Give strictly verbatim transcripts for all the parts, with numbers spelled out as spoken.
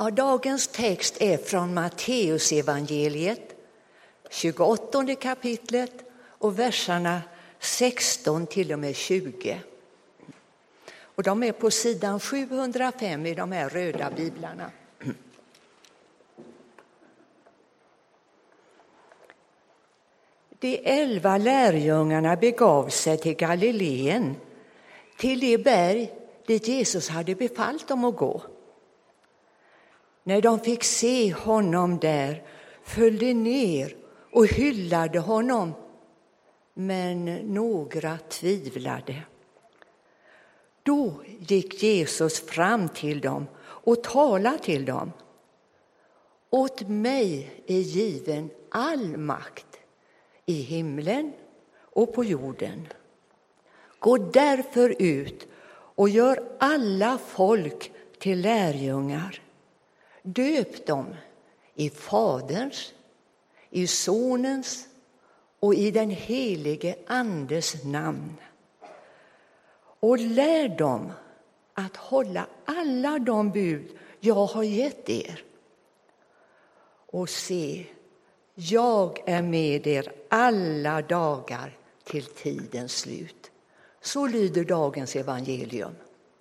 Ja, dagens text är från Matteus evangeliet, tjugoåttonde kapitlet och verserna sexton till och med tjugo. Och de är på sidan sjuhundrafem i de här röda biblarna. De elva lärjungarna begav sig till Galileen, till det berg dit Jesus hade befallt dem att gå. När de fick se honom där föll de ner och hyllade honom, men några tvivlade. Då gick Jesus fram till dem och talade till dem. Åt mig är given all makt i himlen och på jorden. Gå därför ut och gör alla folk till lärjungar. Döp dem i Faderns, i Sonens och i den helige Andes namn. Och lär dem att hålla alla de bud jag har gett er. Och se, jag är med er alla dagar till tidens slut. Så lyder dagens evangelium.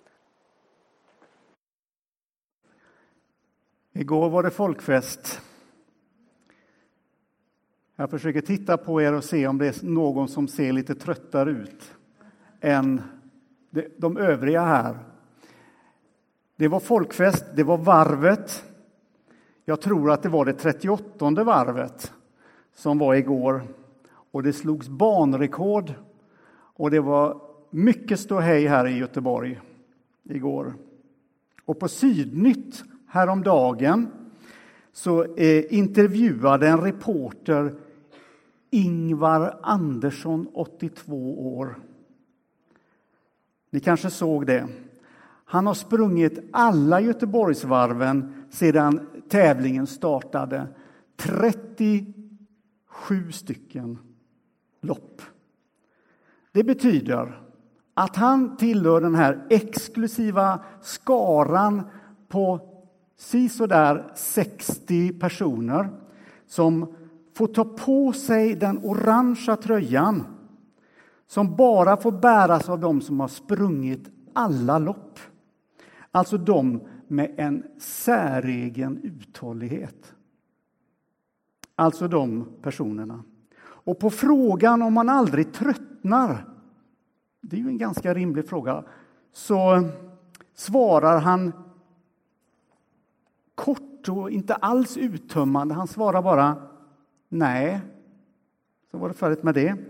Igår var det folkfest. Jag försöker titta på er och se om det är någon som ser lite tröttare ut än de övriga här. Det var folkfest, det var varvet. Jag tror att det var det trettioåttonde varvet som var igår. Och det slogs banrekord. Och det var mycket ståhej här i Göteborg igår. Och på Sydnytt häromdagen så eh, intervjuade en reporter Ingvar Andersson, åttiotvå år. Ni kanske såg det. Han har sprungit alla Göteborgsvarven sedan tävlingen startade. trettiosju stycken lopp. Det betyder att han tillhör den här exklusiva skaran på sisådär sextio personer som får ta på sig den orangea tröjan som bara får bäras av dem som har sprungit alla lopp. Alltså de med en säregen uthållighet. Alltså de personerna. Och på frågan om man aldrig tröttnar, det är ju en ganska rimlig fråga, så svarar han kort och inte alls uttömmande. Han svarar bara nej. Så var det färdigt med det.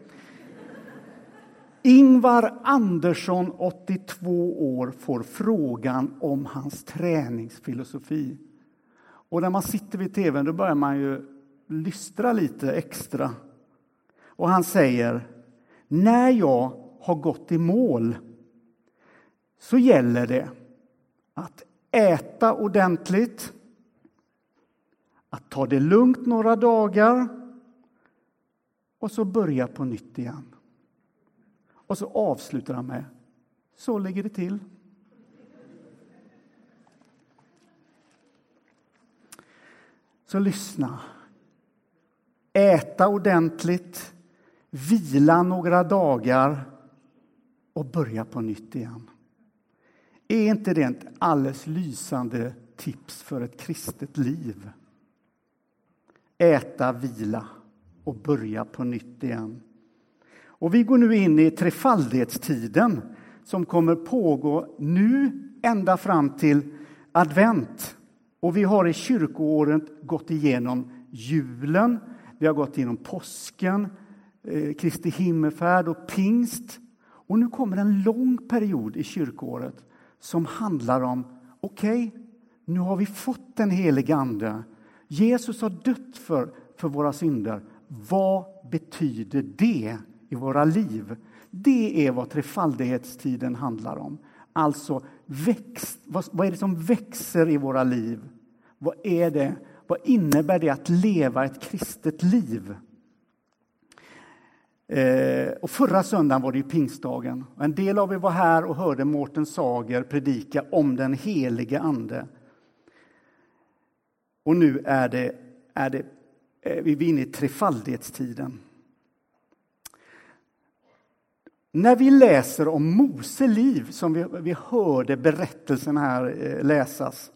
Ingvar Andersson, åttiotvå år, får frågan om hans träningsfilosofi. Och när man sitter vid tvn då börjar man ju lystra lite extra. Och han säger, när jag har gått i mål så gäller det att äta ordentligt, att ta det lugnt några dagar och så börja på nytt igen. Och så avslutar han med, så ligger det till. Så lyssna. Äta ordentligt, vila några dagar och börja på nytt igen. Är inte det ett alldeles lysande tips för ett kristet liv? Äta, vila och börja på nytt igen. Och vi går nu in i trefaldighetstiden som kommer pågå nu ända fram till advent. Och vi har i kyrkoåret gått igenom julen, vi har gått igenom påsken, eh, Kristi himmelsfärd och pingst. Och nu kommer en lång period i kyrkoåret som handlar om, okej, okay, nu har vi fått den helige ande. Jesus har dött för, för våra synder. Vad betyder det i våra liv? Det är vad trefaldighetstiden handlar om. Alltså, växt, vad, vad är det som växer i våra liv? Vad är det? Vad innebär det att leva ett kristet liv? Eh, och förra söndagen var det ju pingstdagen. Och en del av er var här och hörde Mårten Sager predika om den helige ande. Och nu är det, är det är vi inne i trefaldighetstiden. När vi läser om Mose liv, som vi, vi hörde berättelsen här eh, läsas,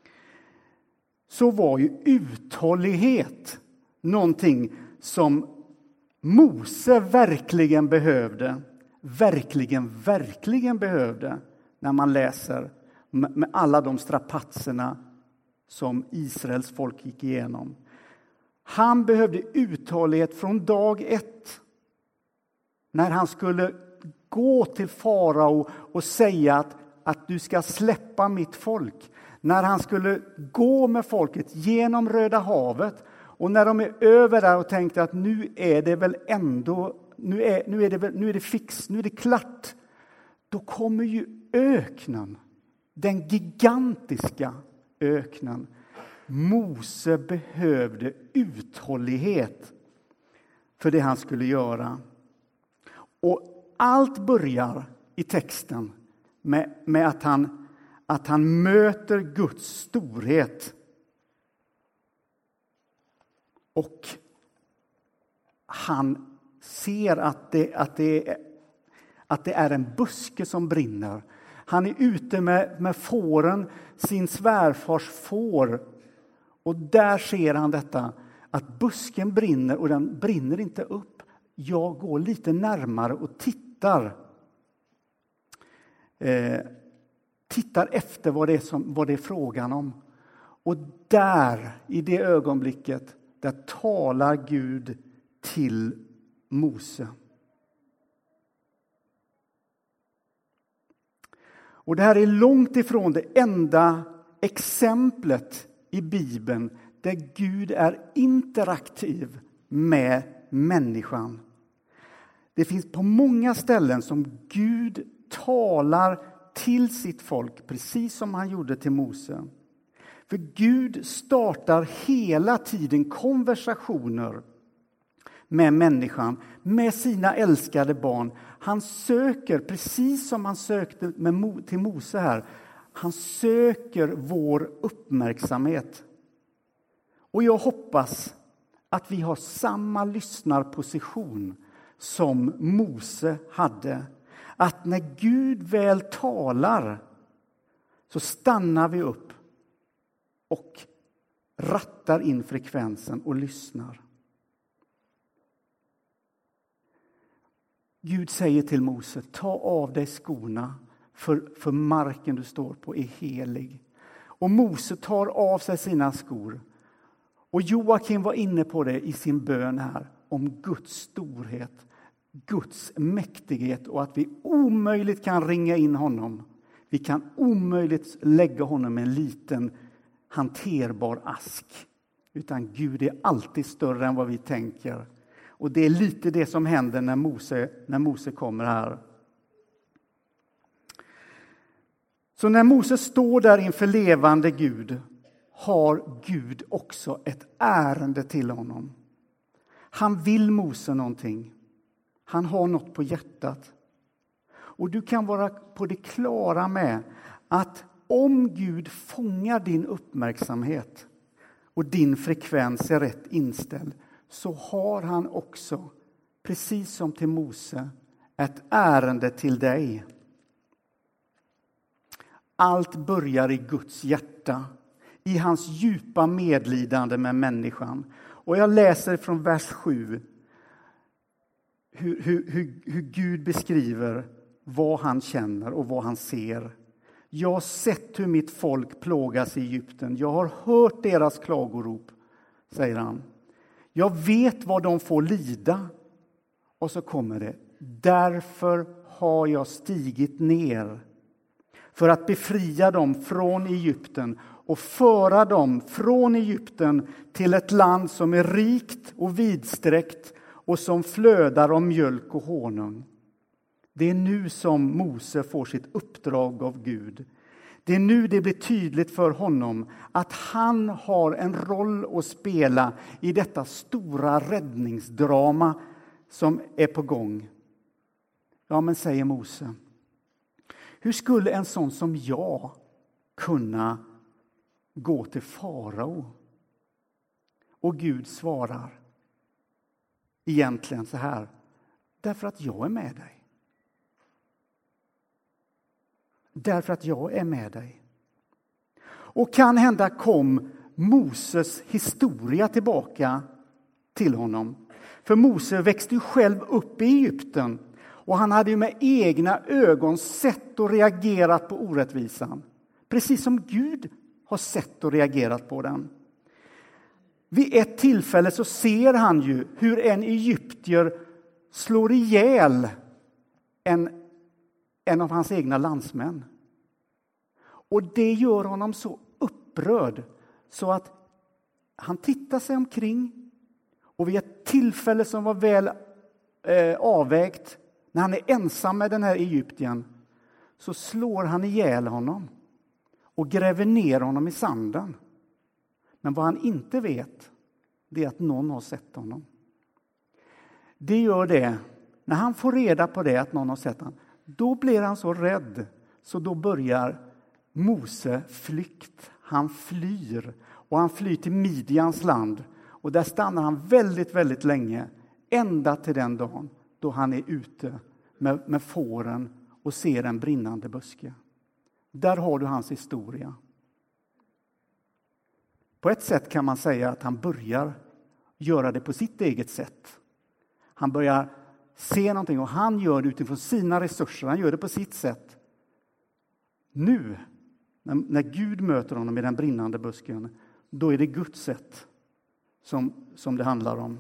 så var ju uthållighet någonting som Mose verkligen behövde. Verkligen, verkligen behövde när man läser med alla de strapatserna som Israels folk gick igenom. Han behövde uthållighet från dag ett. När han skulle gå till farao och säga att, att du ska släppa mitt folk. När han skulle gå med folket genom Röda havet. Och när de är över där och tänkte att nu är det väl ändå, nu är, nu är, det, väl, nu är det fix, nu är det klart. Då kommer ju öknen, den gigantiska öknen. Mose behövde uthållighet för det han skulle göra. Och allt börjar i texten med, med att, han, att han möter Guds storhet. Och han ser att det, att det, är, att det är en buske som brinner. Han är ute med, med fåren, sin svärfars får. Och där ser han detta, att busken brinner och den brinner inte upp. Jag går lite närmare och tittar. Eh, tittar efter vad det, är som, vad det är frågan om. Och där, i det ögonblicket, där talar Gud till Mose. Och det här är långt ifrån det enda exemplet i Bibeln där Gud är interaktiv med människan. Det finns på många ställen som Gud talar till sitt folk, precis som han gjorde till Mose. För Gud startar hela tiden konversationer med människan, med sina älskade barn. Han söker, precis som han sökte med, till Mose här, han söker vår uppmärksamhet. Och jag hoppas att vi har samma lyssnarposition som Mose hade. Att när Gud väl talar så stannar vi upp och rattar in frekvensen och lyssnar. Gud säger till Mose, ta av dig skorna för, för marken du står på är helig. Och Mose tar av sig sina skor. Och Joakim var inne på det i sin bön här om Guds storhet, Guds mäktighet och att vi omöjligt kan ringa in honom. Vi kan omöjligt lägga honom i en liten hanterbar ask. Utan Gud är alltid större än vad vi tänker. Och det är lite det som händer när Mose, när Mose kommer här. Så när Mose står där inför levande Gud har Gud också ett ärende till honom. Han vill Mose någonting. Han har något på hjärtat. Och du kan vara på det klara med att om Gud fångar din uppmärksamhet och din frekvens är rätt inställd, så har han också, precis som till Mose, ett ärende till dig. Allt börjar i Guds hjärta, i hans djupa medlidande med människan. Och jag läser från vers sju hur, hur, hur, hur Gud beskriver vad han känner och vad han ser. Jag har sett hur mitt folk plågas i Egypten. Jag har hört deras klagorop, säger han. Jag vet vad de får lida. Och så kommer det. Därför har jag stigit ner för att befria dem från Egypten och föra dem från Egypten till ett land som är rikt och vidsträckt och som flödar om mjölk och honung. Det är nu som Mose får sitt uppdrag av Gud. Det är nu det blir tydligt för honom att han har en roll att spela i detta stora räddningsdrama som är på gång. Ja, men säger Mose, hur skulle en sån som jag kunna gå till farao Och Gud svarar egentligen så här: därför att jag är med dig. Därför att jag är med dig. Och kan hända kom Moses historia tillbaka till honom. För Mose växte ju själv upp i Egypten. Och han hade ju med egna ögon sett och reagerat på orättvisan. Precis som Gud har sett och reagerat på den. Vid ett tillfälle så ser han ju hur en egyptier slår ihjäl en, en av hans egna landsmän. Och det gör honom så upprörd så att han tittar sig omkring. Och vid ett tillfälle som var väl eh, avvägt, när han är ensam med den här egyptien, så slår han ihjäl honom och gräver ner honom i sanden. Men vad han inte vet, det är att någon har sett honom. Det gör det, när han får reda på det, att någon har sett honom, då blir han så rädd, så då börjar Mose flykt. Han flyr, och han flyr till Midjans land. Och där stannar han väldigt, väldigt länge, ända till den dagen då han är ute med, med fåren och ser en brinnande buske. Där har du hans historia. På ett sätt kan man säga att han börjar göra det på sitt eget sätt. Han börjar se någonting, och han gör det utifrån sina resurser. Han gör det på sitt sätt. Nu, när, när Gud möter honom i den brinnande busken, då är det Guds sätt som, som det handlar om.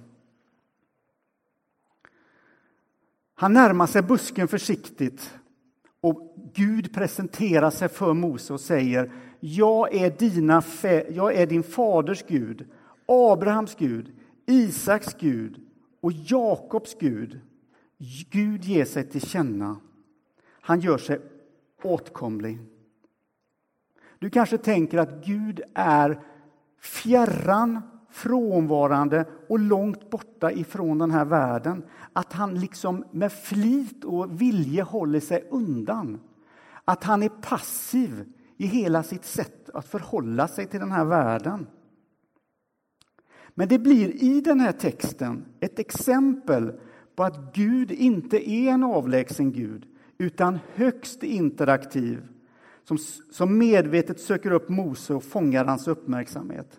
Han närmar sig busken försiktigt, och Gud presenterar sig för Mose och säger: jag är, dina fä- jag är din faders Gud, Abrahams Gud, Isaks Gud och Jakobs Gud. Gud ger sig till känna. Han gör sig åtkomlig. Du kanske tänker att Gud är fjärran, frånvarande och långt borta ifrån den här världen. Att han liksom med flit och vilje håller sig undan. Att han är passiv i hela sitt sätt att förhålla sig till den här världen. Men det blir i den här texten ett exempel på att Gud inte är en avlägsen Gud, utan högst interaktiv, som, som medvetet söker upp Mose och fångar hans uppmärksamhet.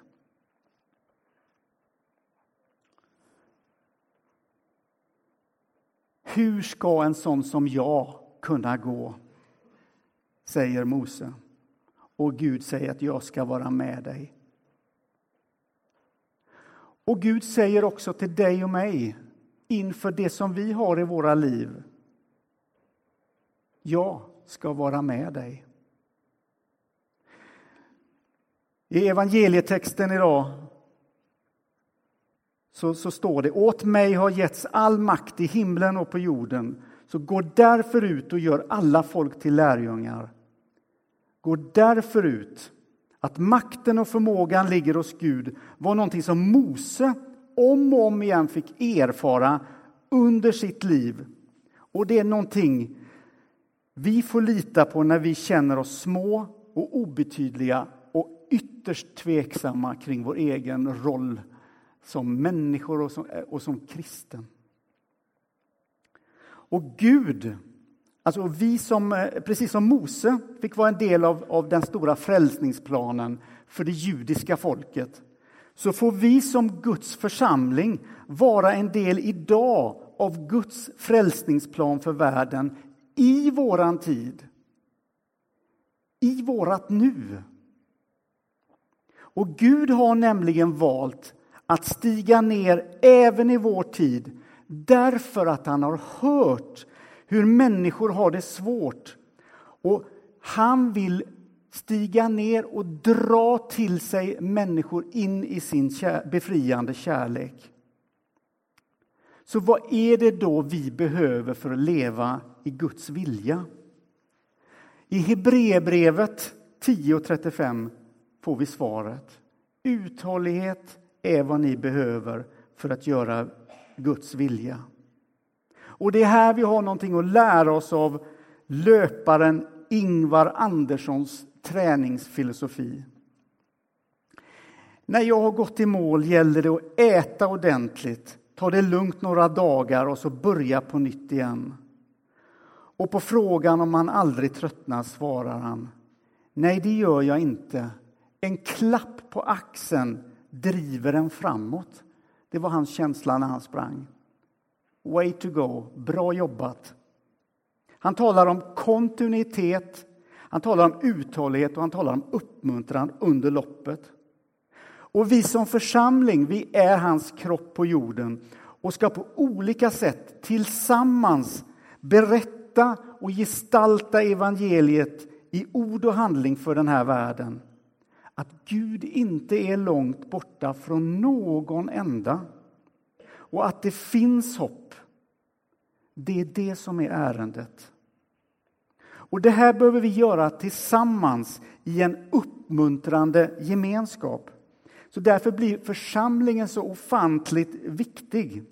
Hur ska en sån som jag kunna gå? Säger Mose. Och Gud säger att jag ska vara med dig. Och Gud säger också till dig och mig, inför det som vi har i våra liv: jag ska vara med dig. I evangelietexten idag så, så står det: åt mig har getts all makt i himlen och på jorden. Så gå därför ut och gör alla folk till lärjungar. Gå därför ut. Att makten och förmågan ligger hos Gud var någonting som Mose om och om igen fick erfara under sitt liv. Och det är någonting vi får lita på när vi känner oss små och obetydliga och ytterst tveksamma kring vår egen roll som människor och som, och som kristen. Och Gud, alltså vi som, precis som Mose fick vara en del av, av den stora frälsningsplanen för det judiska folket, så får vi som Guds församling vara en del idag av Guds frälsningsplan för världen i våran tid. I vårat nu. Och Gud har nämligen valt att stiga ner även i vår tid, därför att han har hört hur människor har det svårt. Och han vill stiga ner och dra till sig människor in i sin kär- befriande kärlek. Så vad är det då vi behöver för att leva i Guds vilja? I Hebreerbrevet tio trettiofem får vi svaret: uthållighet är vad ni behöver för att göra Guds vilja. Och det är här vi har någonting att lära oss av löparen Ingvar Anderssons träningsfilosofi. När jag har gått i mål gäller det att äta ordentligt, ta det lugnt några dagar och så börja på nytt igen. Och på frågan om han aldrig tröttnar svarar han: nej, det gör jag inte. En klapp på axeln driver en framåt. Det var hans känsla när han sprang. Way to go, bra jobbat. Han talar om kontinuitet, han talar om uthållighet och han talar om uppmuntran under loppet. Och vi som församling, vi är hans kropp på jorden och ska på olika sätt tillsammans berätta och gestalta evangeliet i ord och handling för den här världen. Att Gud inte är långt borta från någon enda. Och att det finns hopp. Det är det som är ärendet. Och det här behöver vi göra tillsammans i en uppmuntrande gemenskap. Så därför blir församlingen så ofantligt viktig.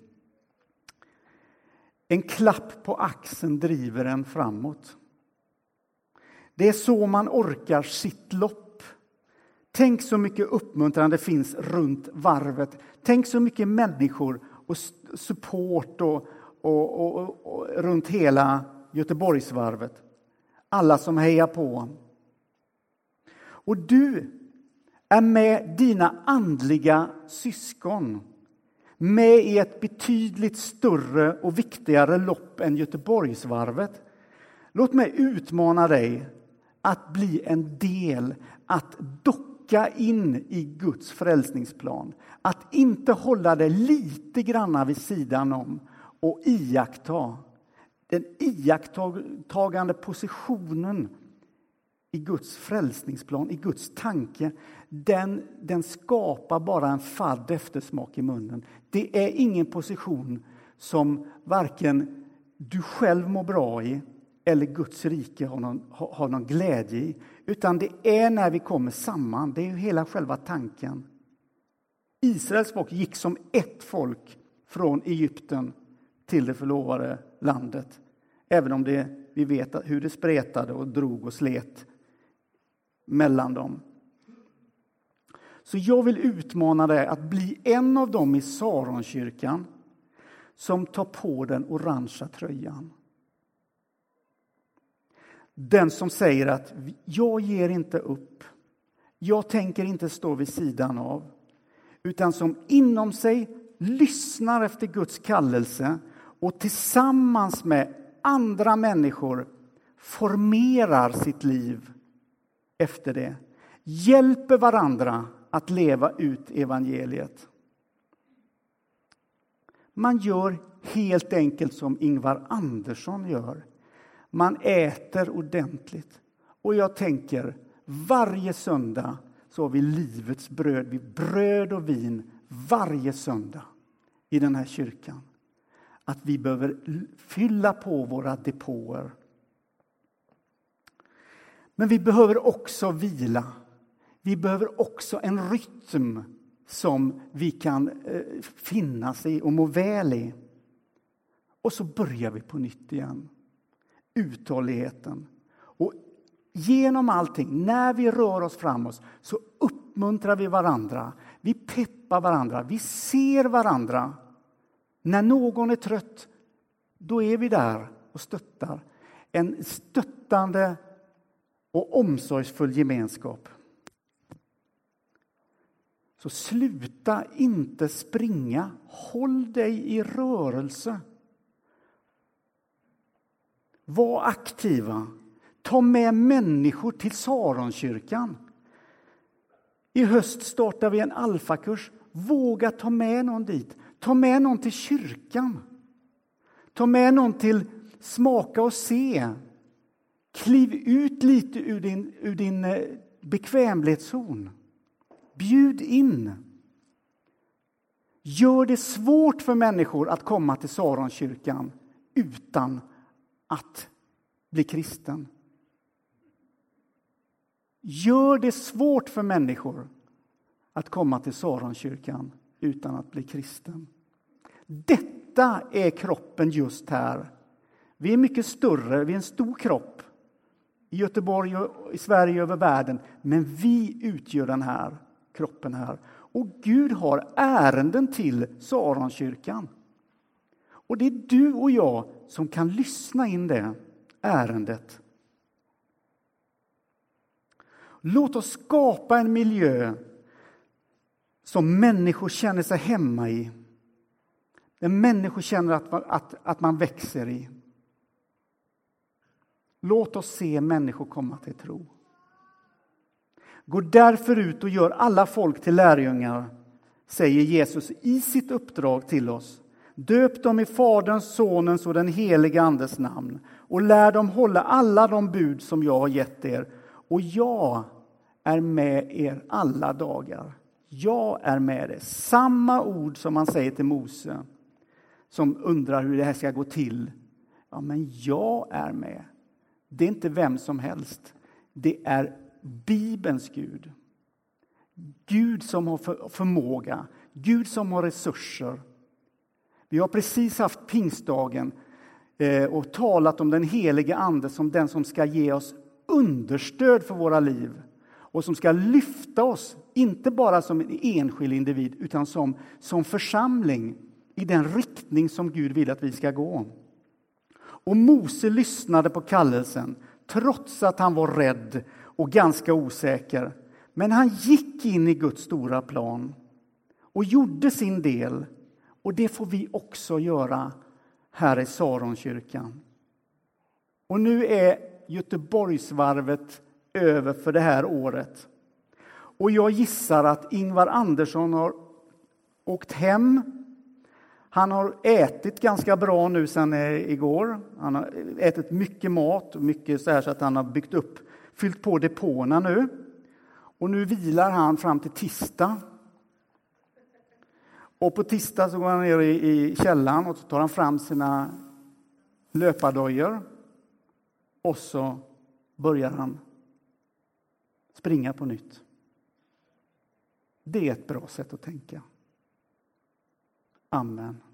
En klapp på axeln driver en framåt. Det är så man orkar sitt lopp. Tänk så mycket uppmuntrande finns runt varvet. Tänk så mycket människor och support och, och, och, och, och runt hela Göteborgsvarvet. Alla som hejar på. Och du är med dina andliga syskon. Med i ett betydligt större och viktigare lopp än Göteborgsvarvet. Låt mig utmana dig att bli en del, att docka in i Guds frälsningsplan. Att inte hålla dig lite grann vid sidan om och iaktta den iakttagande positionen i Guds frälsningsplan, i Guds tanke. Den, den skapar bara en fadd eftersmak i munnen. Det är ingen position som varken du själv mår bra i eller Guds rike har någon, har, har någon glädje i. Utan det är när vi kommer samman. Det är ju hela själva tanken. Israels folk gick som ett folk från Egypten till det förlovade landet. Även om det, vi vet hur det spretade och drog och slet mellan dem. Så jag vill utmana dig att bli en av dem i Saronkyrkan som tar på den orangea tröjan. Den som säger att jag ger inte upp. Jag tänker inte stå vid sidan av. Utan som inom sig lyssnar efter Guds kallelse och tillsammans med andra människor formerar sitt liv efter det. Hjälper varandra att leva ut evangeliet. Man gör helt enkelt som Ingvar Andersson gör. Man äter ordentligt. Och jag tänker, varje söndag så har vi livets bröd. Vi bröd och vin varje söndag i den här kyrkan. Att vi behöver fylla på våra depåer. Men vi behöver också vila. Vi behöver också en rytm som vi kan eh, finnas i och må väl i. Och så börjar vi på nytt igen. Uthålligheten. Och genom allting, när vi rör oss framåt, så uppmuntrar vi varandra. Vi peppar varandra. Vi ser varandra. När någon är trött, då är vi där och stöttar. En stöttande och omsorgsfull gemenskap. Så sluta inte springa. Håll dig i rörelse. Var aktiva. Ta med människor till Saronkyrkan. I höst startar vi en alfakurs. Våga ta med någon dit. Ta med någon till kyrkan. Ta med någon till smaka och se. Kliv ut lite ur din, ur din bekvämlighetszon. Bjud in. Gör det svårt för människor att komma till Saronkyrkan utan att bli kristen. Gör det svårt för människor att komma till Saronkyrkan utan att bli kristen. Detta är kroppen just här. Vi är mycket större, vi är en stor kropp. I Göteborg och i Sverige över världen. Men vi utgör den här. kroppen här. Och Gud har ärenden till Saronkyrkan. Och det är du och jag som kan lyssna in det ärendet. Låt oss skapa en miljö som människor känner sig hemma i. Där människor känner att, att, att man växer i. Låt oss se människor komma till tro. Gå därför ut och gör alla folk till lärjungar, säger Jesus i sitt uppdrag till oss. Döp dem i Faderns, Sonens och den helige Andes namn och lär dem hålla alla de bud som jag har gett er. Och jag är med er alla dagar. Jag är med er. Samma ord som man säger till Mose som undrar hur det här ska gå till. Ja, men jag är med. Det är inte vem som helst. Det är Bibelns Gud. Gud som har förmåga. Gud som har resurser. Vi har precis haft pingstdagen och talat om den helige Ande som den som ska ge oss understöd för våra liv. Och som ska lyfta oss, inte bara som en enskild individ utan som, som församling i den riktning som Gud vill att vi ska gå. Och Mose lyssnade på kallelsen trots att han var rädd och ganska osäker. Men han gick in i Guds stora plan och gjorde sin del. Och det får vi också göra här i Saronkyrkan. Och nu är Göteborgsvarvet över för det här året. Och jag gissar att Ingvar Andersson har åkt hem. Han har ätit ganska bra nu sedan igår. Han har ätit mycket mat och mycket så här så att han har byggt upp, fyllt på depåerna nu. Och nu vilar han fram till tisdag. Och på tisdag så går han ner i, i källaren och så tar han fram sina löpardojor. Och så börjar han springa på nytt. Det är ett bra sätt att tänka. Amen.